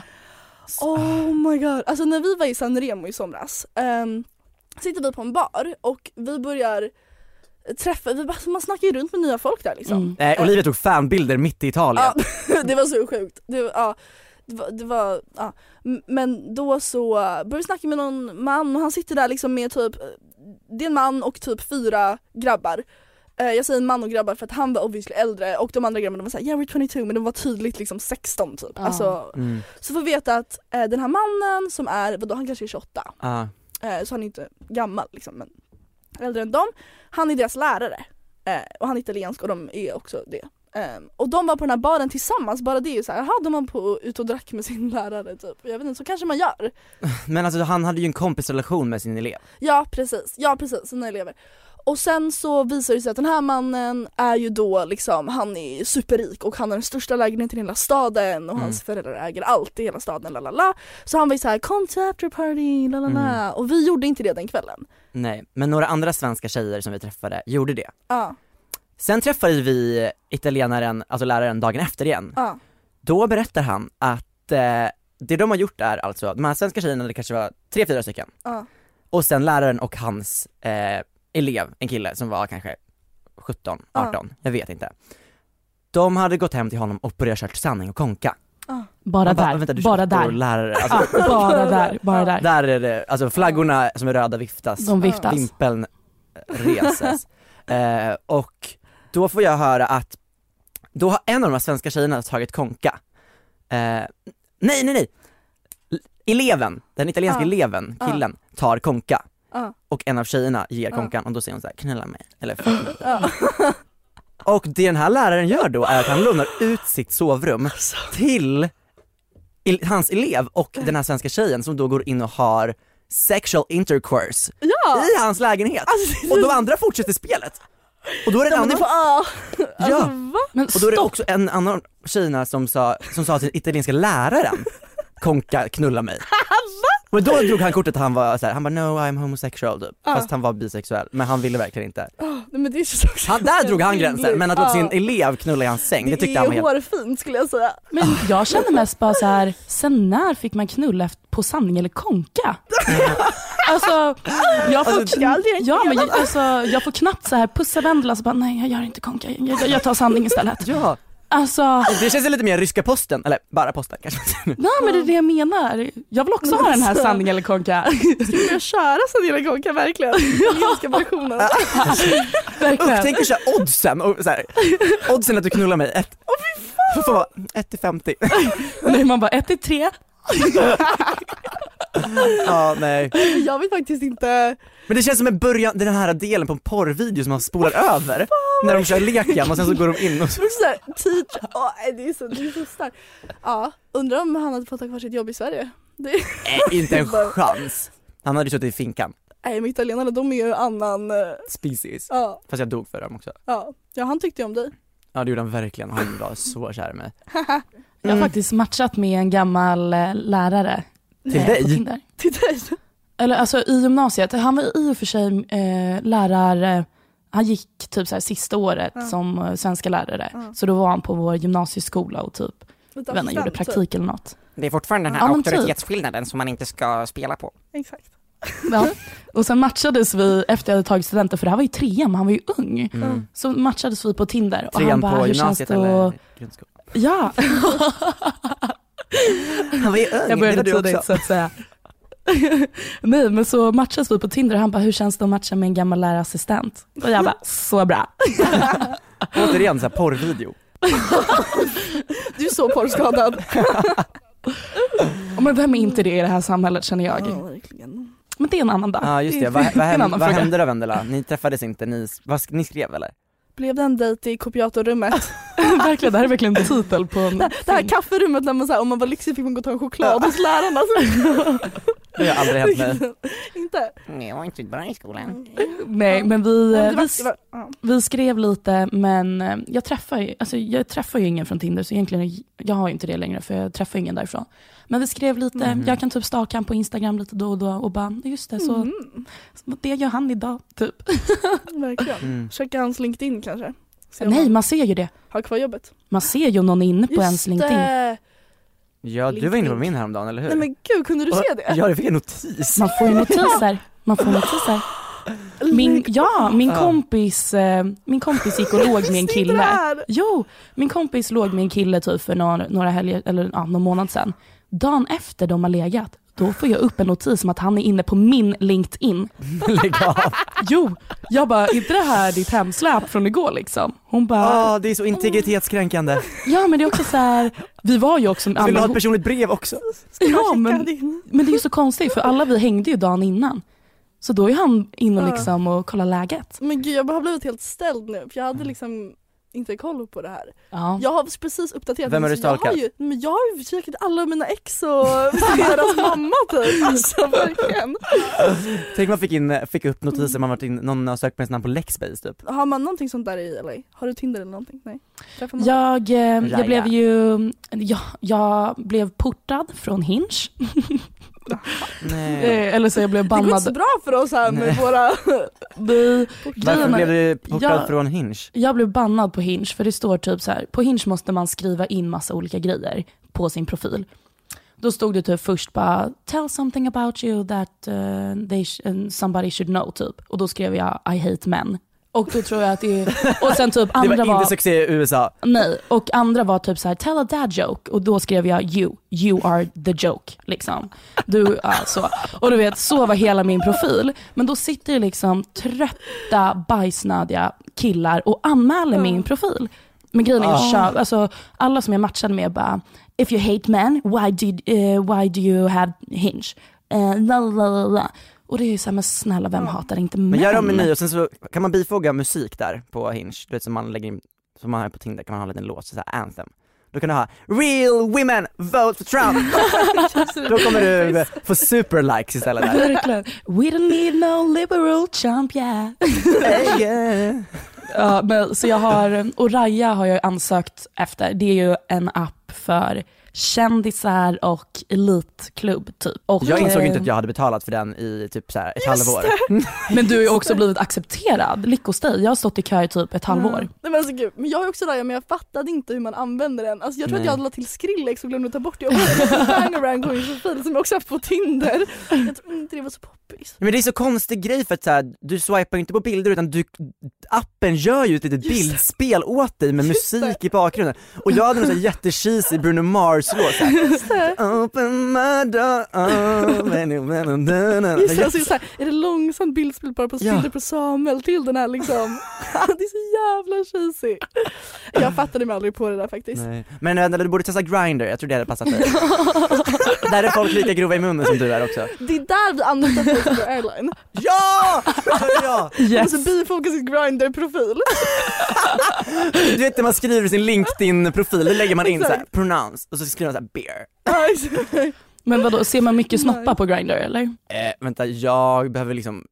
Oh my god. Alltså när vi var i San Remo i somras um, sitter vi på en bar och vi börjar träffa, vi bara, man snackar ju runt med nya folk där liksom.
Mm. Eh, Olivia tog fanbilder mitt i Italien.
Ja, det var så sjukt. Det var, ja, det var, det var ja. Men då så började vi snacka med någon man och han sitter där liksom med typ, det är en man och typ fyra grabbar. Jag säger en man och grabbar för att han var obviously äldre och de andra grabbarna var såhär, yeah we're tjugotvå, men de var tydligt liksom sexton typ. Ah. Alltså, mm. Så får vi veta att eh, den här mannen som är, vadå, han kanske är tjugoåtta. Ah. Eh, så han är inte gammal liksom, men äldre än dem. Han är deras lärare eh, och han är italiensk och de är också det. Eh, och de var på den här baren tillsammans, bara det är ju såhär, jaha, de var på, ut och drack med sin lärare typ. Jag vet inte, så kanske man gör.
Men alltså han hade ju en kompisrelation med sin elev.
Ja precis, ja precis, sina elever. Och sen så visar det sig att den här mannen är ju då liksom, han är superrik och han har den största lägenheten i hela staden och mm. hans föräldrar äger allt i hela staden, lalala. Så han var ju såhär, come to after party, lalala. Mm. Och vi gjorde inte det den kvällen.
Nej, men några andra svenska tjejer som vi träffade gjorde det.
Ja.
Sen träffade vi italienaren, alltså läraren, dagen efter igen.
Ja.
Då berättar han att eh, det de har gjort är alltså, de här svenska tjejerna, det kanske var tre, fyra stycken.
Ja. Och
sen läraren och hans eh, elev, en kille som var kanske sjutton, arton, ja. Jag vet inte. De hade gått hem till honom och börjat kört sanning och konka.
Ah.
Bara bara, där, vänta, bara där.
Lärare, alltså,
ah, bara där, bara där.
Där är det, alltså flaggorna som är röda viftas.
De viftas.
Vimpeln reses. eh, och då får jag höra att då har en av de här svenska tjejerna tagit konka. Eh, nej, nej, nej. Eleven, den italienska ah. eleven, killen, tar konka.
uh.
och en av tjejerna ger konkan uh. och då säger hon så här, knulla mig eller fuck mig. Uh. Och det den här läraren gör då är att han lånar ut sitt sovrum till hans elev och den här svenska tjejen som då går in och har sexual intercourse
ja.
i hans lägenhet. Alltså, och de andra fortsätter spelet. Och då är det en annan...
Får, ah.
Ja.
Alltså,
Men och då är det också en annan tjejna som sa, som sa till den italienska läraren, konka, knulla mig. Men då drog han kortet att han var så här, han bara no I'm homosexual typ. Ah. Fast han var bisexuell, men han ville verkligen inte.
Oh, men det är så
han, där drog han gränsen, men att låta ah. sin elev knulla i hans säng, det, det tyckte han var helt...
Det är hårfint skulle jag säga.
Men jag känner mest bara så här, sen när fick man knulla på sanning eller konka? Alltså, jag får,
alltså,
ja, men jag, alltså, jag får knappt så här pussa Vendela så bara nej jag gör inte konka, jag, jag tar sanning istället.
Ja.
Alltså,
det känns lite mer ryska posten, eller bara posten kanske.
Nej men det är det jag menar. Jag vill också ha den här sanning eller konka.
Ska vi börja köra sanning eller konka verkligen? Italienska versionen.
Verkligen. Tänk dig så här, oddsen och så här, oddsen att du knullar mig ett.
Åh fy fan.
Får vara ett till femtio.
Nej man bara ett till tre.
Ja, nej.
Jag vet faktiskt inte.
Men det känns som en början, den här delen på en porrvideo som man spolar oh, över fan. När de kör leken och sen så går de in och så,
så här, teach. Oh, det är så, det är så starkt. Ja, undrar om han hade fått ha kvar sitt jobb i Sverige. Det är...
äh, inte en chans. Han hade ju suttit i finkan.
Nej, men italienarna, de är ju annan
species.
Ja.
Fast jag dog för dem också.
Ja, ja han tyckte ju om dig.
Ja, det gjorde han verkligen. Han var så kär med.
Mm. Jag har faktiskt matchat med en gammal lärare.
Till eh, dig?
Till dig?
Eller alltså i gymnasiet. Han var i och för sig eh, lärare. Han gick typ så här sista året ja. som uh, svenska lärare. Ja. Så då var han på vår gymnasieskola och typ vänner gjorde praktik typ. Eller något.
Det är fortfarande den här ja, auktoritetsskillnaden typ. Som man inte ska spela på.
Exakt.
Ja. Och sen matchades vi efter jag hade tagit studenter, för det här var ju trean, han var ju ung. Mm. Så matchades vi på Tinder. Och
trean
han bara,
på gymnasiet
och...
eller grundskolan?
Ja.
Han var ju ung.
Jag började tidigt så att säga. Nej, men så matchas vi på Tinder och han bara, hur känns det att matcha med en gammal lärarassistent? Och jag bara, så bra.
Återigen så här porrvideo.
Du är så porrskadad.
Men vem är inte det i det här samhället, känner jag.
Ja, verkligen.
Men det är en annan dag.
Ja, just det. Vad, vad, hände, vad hände då, Vendela? Ni träffades inte, ni, vad, ni skrev eller?
Blev det en dejt i kopiatorrummet?
Verkligen, det här är verkligen en titel på en
det, det här kafferummet när man så här, om man var lyxig fick man gå och ta en choklad hos lärarna.
Det har aldrig hänt mig.
Inte?
Nej, jag var inte bra i skolan.
Nej, men vi,
men var,
vi,
var, ja.
vi skrev lite, men jag träffar ju, alltså jag träffar ju ingen från Tinder, så egentligen, jag har ju inte det längre för jag träffar ingen därifrån. Men vi skrev lite, mm. jag kan typ staka han på Instagram lite då och då och bara, just det, så, mm. så det gör han idag, typ.
Verkligen. Mm. Checka hans LinkedIn kanske.
Nej, man ser ju det.
Har kvar jobbet.
Man ser ju om någon är inne på
just
ens LinkedIn.
Det.
Ja, du var inne på min häromdagen, eller hur?
Nej men gud, kunde du
och,
se det?
Ja, jag fick en notis.
Man får ju notiser. Man får notiser. Min, ja, min kompis min kompis gick och låg med en kille. Jo, min kompis låg med en kille typ för några, några helger, eller ja, någon månad sedan. Dagen efter de har legat, då får jag upp en notis om att han är inne på min LinkedIn.
Lägg av.
Jo, jag bara, inte det här ditt hemsläp från igår liksom. Hon bara,
ja, oh, det är så integritetskränkande.
Ja, men det är också så här, vi var ju också,
vill du ha ett personligt brev också?
Ja, men, men det är ju så konstigt för alla vi hängde ju dagen innan. Så då är han in och liksom och kollar läget.
Men gud, jag har blivit helt ställd nu, för jag hade liksom inte koll på det här.
Ja.
Jag har precis uppdaterat.
Vem har du stalkat?
Jag har ju, men jag har ju försökt alla mina ex och deras mamma typ. Alltså verkligen.
Tänk man fick, in, fick upp notiser, man varit in, någon har sökt på en namn på Lexbase typ.
Har man någonting sånt där i L A? Har du Tinder eller någonting? Nej.
Jag, eh, jag blev ju jag, jag blev portad från Hinge.
Nej.
Eller så jag blev bannad.
Det går inte så bra för oss här med Nej. våra
vi,
Varför blev du portad jag, från Hinge?
Jag blev bannad på Hinge för det står typ så här, på Hinge måste man skriva in massa olika grejer på sin profil. Då stod det typ först bara tell something about you that uh, they sh- somebody should know typ. Och då skrev jag I hate men. Och då tror jag att det och sen typ andra
det var
var
inte succé i U S A.
Nej, och andra var typ så här tell a dad joke och då skrev jag you you are the joke liksom. Du alltså och du vet så var hela min profil, men då sitter det liksom trötta bajsnödiga killar och anmäler mm. min profil. Men grejen är oh. alltså alla som jag matchade med bara if you hate men why did uh, why do you have Hinge? Uh, la, la, la, la. Och det är ju så här, men snälla, vem hatar inte män?
Men gör om meny och sen så kan man bifoga musik där på Hinge. Du vet, som man lägger in, som man har på Tinder, kan man ha en liten låt, så här anthem. Då kan du ha Real women vote for Trump. Då kommer du få super likes istället där.
Verkligen. We don't need no liberal Trump, yeah.
Hey, yeah.
Ja, men, så jag har, och Raya har jag ansökt efter. Det är ju en app för kändisar och elitklubb typ. Och,
jag insåg inte att jag hade betalat för den i typ så här ett halvår.
Men du har ju också blivit accepterad. Lyck hos dig. Jag har stått i kö i typ ett halvår.
Mm. Nej, men, alltså, gud, men jag har också Raya, men jag fattade inte hur man använder den. Alltså, jag tror Nej. att jag hade lagt till Skrillex och glömde ta bort det. Och Bangarang går ju så fint, som jag också haft på Tinder. Jag tror inte det var så poppis.
Men det är så konstig grej för att så här, du swipar inte på bilder utan du, appen gör ju ett litet Just bildspel det. åt dig med musik i bakgrunden. Och jag hade en sån här jättecheesy Bruno Mars-låt. Open my door.
Just det, alltså, så här, är det långsamt bildspel bara på bilder ja. på Samuel till den här liksom. Det är så jävla cheesy. Jag fattade mig aldrig på det där faktiskt.
Nej. Men äh, du borde testa Grindr, jag tror det hade passat dig. Där är folk lika grova i munnen som du är också.
Det är där vi använder folk på Airline.
Ja! ja!
Yes. Och så bifogar sitt Grindr-profil.
Du vet när man skriver sin LinkedIn-profil, då lägger man in så här, pronounce, och så skriver man så här beer.
Men vadå, ser man mycket snoppar på Grindr eller?
Eh, vänta, jag behöver liksom,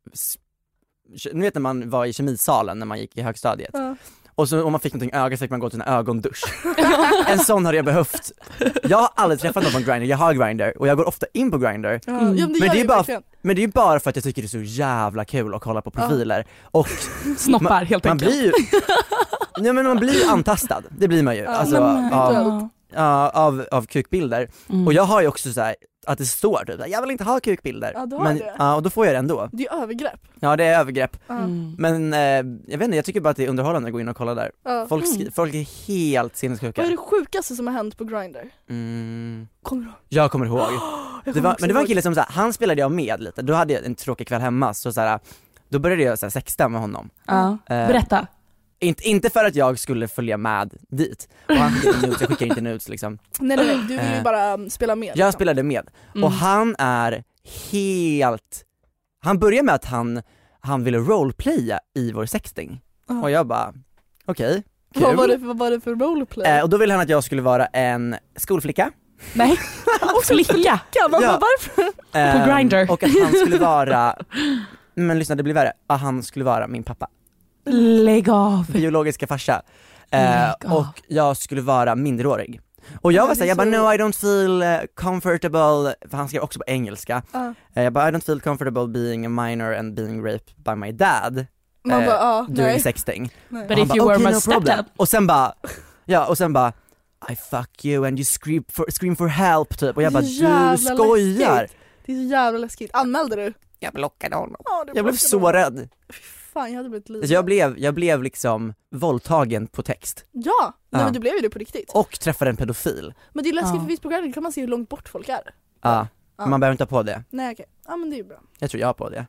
ni vet när man var i kemisalen när man gick i högstadiet. Ja. Och så om man fick någonting i ögat så fick man gå till en ögondusch. En sån hade jag behövt. Jag har aldrig träffat någon på Grindr, jag har Grindr och jag går ofta in på Grindr. Mm.
Ja, men, det
men, det är bara, men det är ju bara för att jag tycker det är så jävla kul att kolla på profiler. Ja. Och
snoppar
man,
helt
man
enkelt.
Blir ju, ja, men man blir ju antastad, det blir man ju. Ja, alltså,
men,
av, ja, av, av kukbilder. Mm. Och jag har ju också så här, att det står typ, jag vill inte ha kukbilder.
Ja, du har
men,
det.
Ja, och då får jag det ändå.
Det är övergrepp.
Ja, det är övergrepp.
Mm.
Men eh, jag vet inte, jag tycker bara att det är underhållande att gå in och kolla där. Ja. Folk, sk- mm. folk är helt sinnessjuka.
Vad är det sjukaste som har hänt på Grindr?
Mm.
Kommer du ihåg?
Jag kommer ihåg.
jag
det var, men det var en
ihåg.
kille som så här, han spelade jag med lite. Då hade jag en tråkig kväll hemma, så, så här, då började jag så här, sexta med honom.
Ja, eh, berätta.
Inte, inte för att jag skulle följa med dit. Och han skickade nudes, jag skickar inte nudes liksom.
Nej, nej, nej, du vill ju bara spela med.
Jag
liksom.
spelade med.
Mm.
Och han är helt... Han började med att han, han ville roleplaya i vår sexting. Uh-huh. Och jag bara, okej, okay, kul.
Vad var det, vad var det för roleplay?
Eh, och då ville han att jag skulle vara en skolflicka.
Nej, flicka?
Ja. Varför?
Eh,
på Grindr.
Och att han skulle vara... Men lyssna, det blir värre. Att han skulle vara min pappa.
Lägg av.
Biologiska farsa. Eh, och jag skulle vara minderårig. Och jag var såhär, jag bara no I don't feel comfortable, för han skrev också på engelska. Uh. eh, Jag bara I don't feel comfortable being a minor and being raped by my dad.
Man
eh,
bara, uh,
during
nej.
sexting.
Nej. But if ba, you were
okay,
my
no stepdad. Och sen bara, ja och sen bara I fuck you and you scream for, scream for help typ. Och jag bara, du skojar.
Läskigt. Det är så jävla läskigt. Anmälde du?
Jag blockade honom.
Ja,
jag blev så honom. rädd.
Fan, jag hade blivit livet.
Jag blev, jag blev liksom våldtagen på text.
Ja, nej, ja. Men du blev ju det på riktigt.
Och träffade en pedofil.
Men det är läskigt
ja.
för visst på Grindr kan man se hur långt bort folk är.
Ja, ja. Man behöver inte ha på det.
Nej okej, ja men det är ju bra.
Jag tror jag har på det.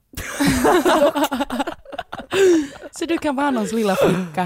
Så du kan vara någons lilla flicka.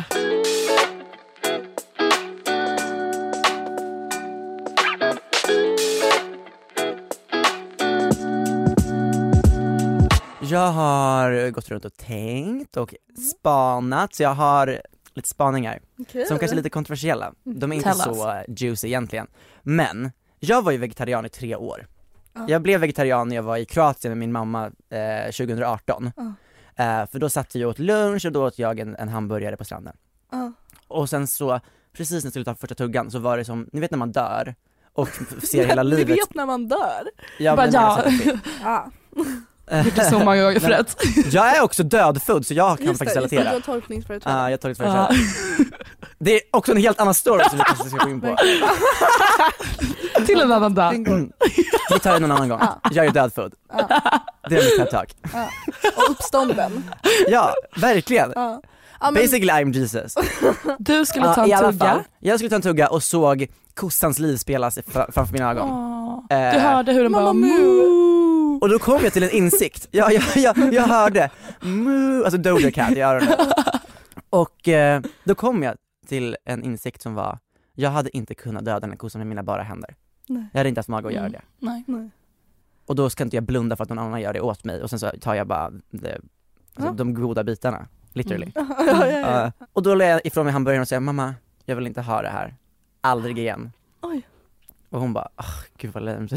Jag har gått runt och tänkt och spanat, så jag har lite spaningar okay. som kanske är lite kontroversiella. De är inte
Tell
så
us.
juicy egentligen. Men jag var ju vegetarian i tre år.
Uh.
Jag blev vegetarian när jag var i Kroatien med min mamma eh, tjugo arton. Uh. Eh, för då satt vi och åt lunch och då åt jag en, en hamburgare på stranden.
Uh.
Och sen så, precis när jag skulle ta första tuggan så var det som, ni vet när man dör och ser hela livet.
Ni vet när man dör?
Ja,
bara, ja.
Ja.
Det är så många gånger förrätt.
Jag är också dödfödd så jag kan
just
faktiskt
det,
relatera.
Ja, uh,
uh, jag tolkningsföreträdare. Uh. Det är också en helt annan story som vi kanske ska gå in på.
Till en annan dag.
Vi tar det någon annan gång. Uh. Jag är dödfödd. Uh. Det är mitt pep-talk.
Uh. Och uppstånden.
Ja, verkligen.
Uh. Ja, men...
Basically I'm Jesus.
Du skulle ta en uh, tugga.
Fall, jag skulle ta en tugga och såg kossans liv spelas framför mina ögon.
Oh. Uh, du hörde hur den bara
moo. Och då kom jag till en insikt. Ja, jag, jag, jag hörde moo, alltså Doja Cat i öronen. Och eh, då kom jag till en insikt som var, jag hade inte kunnat döda den här kossan med mina bara händer.
Nej.
Jag hade inte haft mag att göra det.
Nej.
Nej.
och då ska inte jag blunda för att någon annan gör det åt mig och sen så tar jag bara det, alltså, de goda bitarna, literally.
Mm. ja, ja, ja.
Uh, och då lär jag ifrån mig hamburgaren och säger mamma, jag vill inte ha det här. Aldrig igen.
Oj.
Och hon bara, oh, gud vad lämt.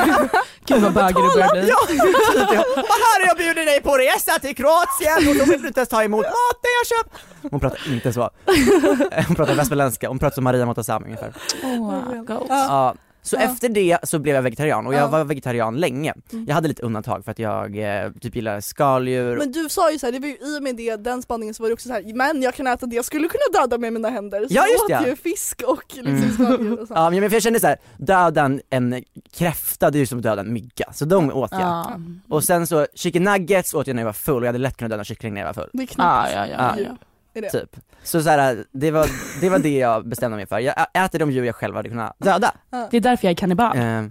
Gud vad böger du börjar bli.
Ja, vad här är jag bjuder dig på resa till Kroatien och då vill du inte ens ta emot maten jag köpt. Hon pratar inte så. Hon pratar västberländska. Hon pratar som Maria Montazami ungefär.
Oh,
ja. Ja. Så ja. Efter det så blev jag vegetarian och jag
ja.
var vegetarian länge. Mm. Jag hade lite undantag för att jag eh, typ gillar skaldjur.
Men du sa ju så här, det var ju i och med det, den spaningen så var det också så här, men jag kan äta det, jag skulle kunna döda med mina händer. Så
ja, just
jag åt
det.
ju fisk och liksom
mm.
skaldjur och så.
Ja, men jag kände så här, döda en, en kräfta, det är ju som döda en mygga. Så de åt jag.
Ja.
Och sen så chicken nuggets åt jag när jag var full och jag hade lätt kunnat döda kyckling när jag var full.
Det är knappt.
Ja, ja, ja.
ja.
ja. Är det?
Typ. Så, så här, det, var, det var det jag bestämde mig för. Jag äter de djur jag själv hade kunnat döda.
Det är därför jag är kannibal.
Uh,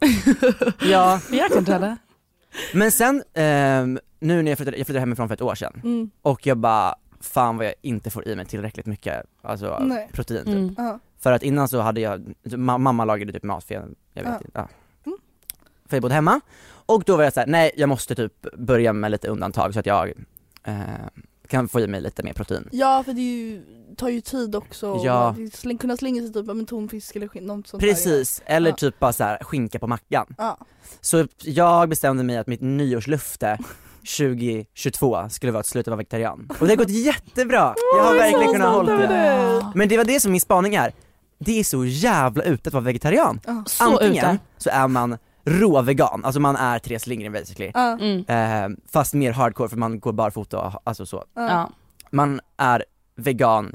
ja.
Jag kan döda.
Men sen, uh, nu när jag flyttade, jag flyttade hemifrån för ett år sedan
mm.
och jag bara, fan vad jag inte får i mig tillräckligt mycket alltså, protein typ.
Mm. Uh-huh.
För att innan så hade jag, mamma lagade typ mat för jag, jag vet uh-huh. inte. Ja. Mm. För jag bodde hemma. Och då var jag så här, nej jag måste typ börja med lite undantag så att jag uh, kan få i mig lite mer protein.
Ja, för det är ju, tar ju tid också.
Ja.
Släng, kunna slänga sig typ med tonfisk eller skinn, något sånt.
Precis,
där.
eller
ja.
typ bara så här, skinka på mackan.
Ja.
Så jag bestämde mig att mitt nyårslöfte tjugo tjugotvå skulle vara att sluta vara vegetarian. Och det har gått jättebra. Jag har
oh,
verkligen kunnat hålla det.
det.
Men det var det som min spaning är. Det är så jävla ute att vara vegetarian.
Uh.
Antingen
ute.
så är man rå vegan, alltså man är Therese Lindgren basically.
Uh.
Mm.
Eh, fast mer hardcore för man går barfota och alltså så.
Uh.
Ja.
Man är vegan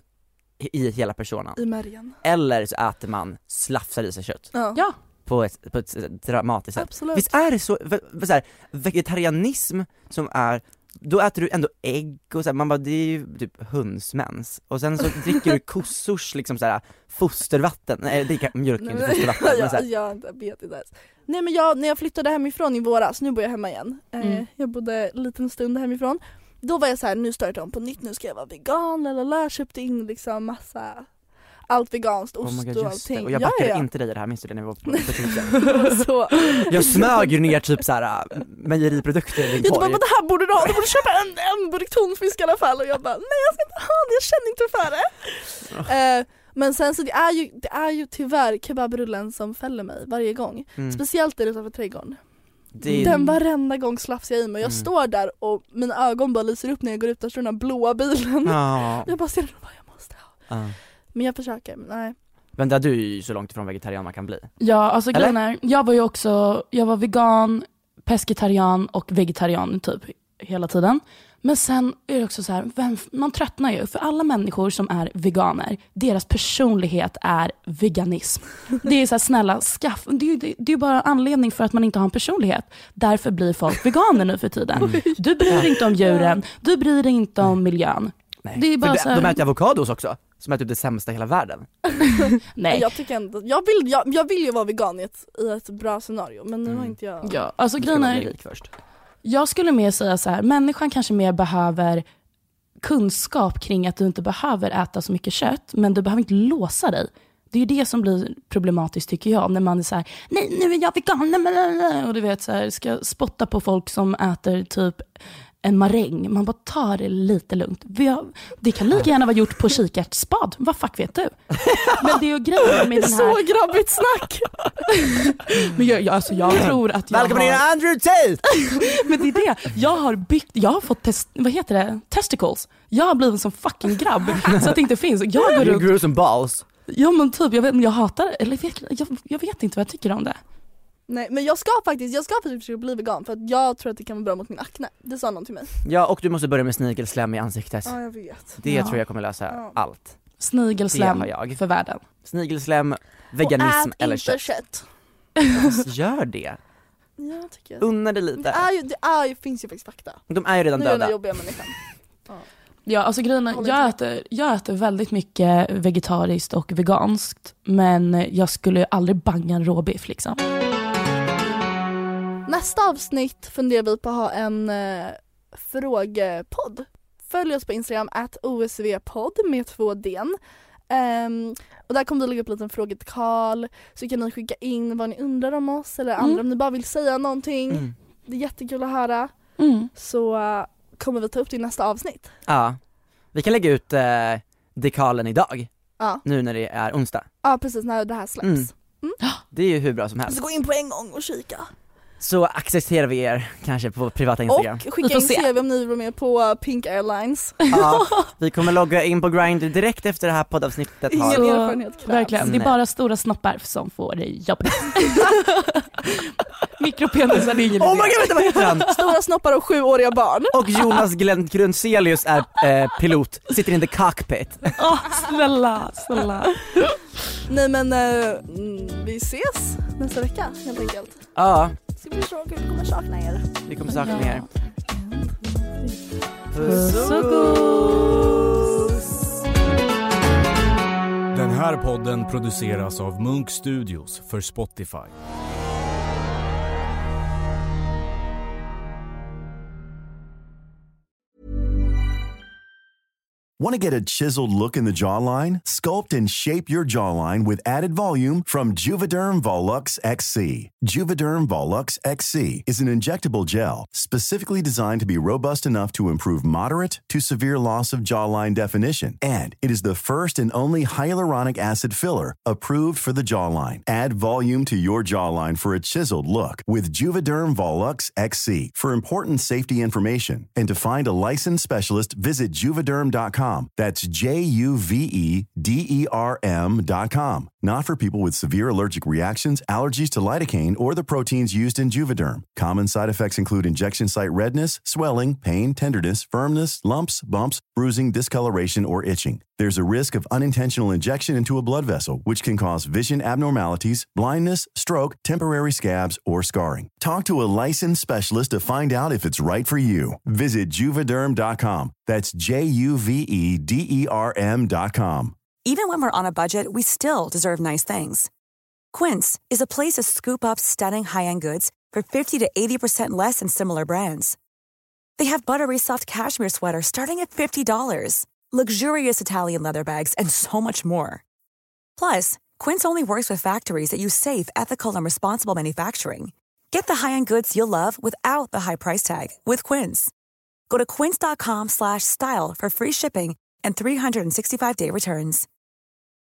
i hela personen.
I märgen.
Eller så äter man slafsar i sig kött.
Uh.
Ja.
På ett, på ett dramatiskt sätt.
Absolut.
Visst är det så, för, för så här, vegetarianism som är, då äter du ändå ägg och så här, man bara, det är ju typ hundsmens. Och sen så dricker du kossors liksom så här fostervatten, nej det är mjölk inte fostervatten. Men så här.
Ja, jag vet inte ens. Nej men jag, när jag flyttade hemifrån i våras, nu bor jag hemma igen.
Mm.
Eh, jag bodde en liten stund hemifrån. Då var jag så här, nu startar jag om på nytt, nu ska jag vara vegan, eller köpte in liksom massa allt veganskt, ost
oh God,
och
just det.
allting.
Och jag backade
ja, ja.
inte dig i det här, minns du det när vi var på butiken?
så.
Jag smög ju ner typ såhär mejeriprodukter i din
Jag
korg.
bara, men det här borde du ha, du borde köpa en, en burk tonfisk i alla fall. Och jag bara, nej jag ska inte ha det, jag känner inte för det. Oh. Eh, men sen så det är ju, det är ju tyvärr kebabrullen som fäller mig varje gång. Mm. Speciellt där utanför trädgården. Det... Den varenda gång slafsar jag i mig. Jag mm. står där och mina ögon bara lyser upp när jag går ut. Där står den här blåa bilen.
Oh.
Jag bara ser den och bara, jag måste ha. Uh. Men jag försöker, men nej.
Men där du är ju så långt ifrån vegetarian man kan bli.
Ja, alltså grejen är, jag var ju också, jag var vegan, pescetarian och vegetarian typ hela tiden. Men sen är det också så här, vem, man tröttnar ju. För alla människor som är veganer, deras personlighet är veganism. Det är så här, snälla, skaff. Det är ju det, det är bara anledning för att man inte har en personlighet. Därför blir folk veganer nu för tiden. Du bryr dig inte om djuren, du bryr dig inte om miljön.
Nej.
Det är bara
för
så här...
de äter avokados också, som är typ det sämsta i hela världen.
Nej. Jag tycker ändå, jag vill, jag, jag vill ju vara vegan i ett, i ett bra scenario, men nu mm. har inte jag...
Ja, alltså grejen är... Jag skulle mer säga så här, människan kanske mer behöver kunskap kring att du inte behöver äta så mycket kött, men du behöver inte låsa dig. Det är ju det som blir problematiskt tycker jag, när man är så här, nej nu är jag vegan, och du vet så här, ska spotta på folk som äter typ en maräng. Man bara tar det lite lugnt. Vi har, det kan lika gärna vara gjort på kikärtsspad. Vad fuck vet du? Men det är ju grejen med den här...
Så grabbigt snack!
Men jag, jag, alltså jag tror att jag
Välkommen
har...
in Andrew Tate!
Men det är det. Jag har byggt... Jag har fått test... Vad heter det? Testicles. Jag har blivit som fucking grabb. Så att det inte finns. Jag går
you
runt...
grew some balls.
Ja men typ, jag vet, jag hatar det. Eller vet, jag, jag vet inte vad jag tycker om det.
Nej, men jag ska faktiskt jag ska faktiskt försöka bli vegan för att jag tror att det kan vara bra mot min akne. Det sa någon till mig.
Ja, och du måste börja med snigelslem i ansiktet.
Ja, jag vet.
Det
ja.
tror jag kommer lösa ja. allt.
Snigelslem jag. för världen.
Snigelslem, veganism
och ät
eller
inte
kött.
kött.
Alltså, gör det.
Ja, tycker jag.
Unna det lite.
Det, är ju, det är ju, finns ju faktiskt fakta.
De är ju redan
nu
döda.
Nu är jobbiga människan. Ja.
Ja, alltså grejen är, jag äter, jag äter väldigt mycket vegetariskt och veganskt, men jag skulle aldrig banga en råbiff liksom.
Nästa avsnitt funderar vi på att ha en eh, frågepodd. Följ oss på Instagram at O S V podd med två D-n. Um, och där kommer vi lägga upp en liten fråga till Karl, så kan ni skicka in vad ni undrar om oss eller andra mm. om ni bara vill säga någonting. Mm. Det är jättekul att höra.
Mm.
Så uh, kommer vi ta upp det i nästa avsnitt.
Ja, vi kan lägga ut uh, dekalen idag.
Ja.
Nu när det är onsdag.
Ja, precis, när det här släpps.
Mm.
Mm.
Det är ju hur bra som helst.
Så gå in på en gång och kika.
Så accepterar vi er kanske på privata Instagram.
Och skicka in C V om ni vill med på Pink Airlines.
Ja, vi kommer logga in på Grindr direkt efter det här poddavsnittet.
Ingen
har...
erfarenhet krävs.
Verkligen, det är bara stora snoppar som får det jobbigt. Mikropenisar, det är ingen idé.
Oh my god, vänta, vad heter han?
Stora snoppar och sjuåriga barn.
Och Jonas Glenn Grundselius är eh, pilot, sitter in the cockpit.
Åh, oh, snälla, snälla.
Nej men uh, vi ses nästa vecka helt enkelt.
Ja.
Det blir så kul, vi kommer sakna er.
Vi kommer sakna er.
Puss och gos.
Den här podden produceras av Munk Studios för Spotify.
Want to get a chiseled look in the jawline? Sculpt and shape your jawline with added volume from Juvederm Volux X C. Juvederm Volux X C is an injectable gel specifically designed to be robust enough to improve moderate to severe loss of jawline definition. And it is the first and only hyaluronic acid filler approved for the jawline. Add volume to your jawline for a chiseled look with Juvederm Volux X C. For important safety information and to find a licensed specialist, visit juvederm dot com. That's J U V E D E R M dot com. Not for people with severe allergic reactions, allergies to lidocaine, or the proteins used in Juvederm. Common side effects include injection site redness, swelling, pain, tenderness, firmness, lumps, bumps, bruising, discoloration, or itching. There's a risk of unintentional injection into a blood vessel, which can cause vision abnormalities, blindness, stroke, temporary scabs, or scarring. Talk to a licensed specialist to find out if it's right for you. Visit Juvederm dot com. That's J U V E D E R M dot com.
Even when we're on a budget, we still deserve nice things. Quince is a place to scoop up stunning high-end goods for fifty to eighty percent less than similar brands. They have buttery soft cashmere sweaters starting at fifty dollars, luxurious Italian leather bags, and so much more. Plus, Quince only works with factories that use safe, ethical, and responsible manufacturing. Get the high-end goods you'll love without the high price tag with Quince. Go to quince dot com slash style for free shipping and three sixty-five day returns.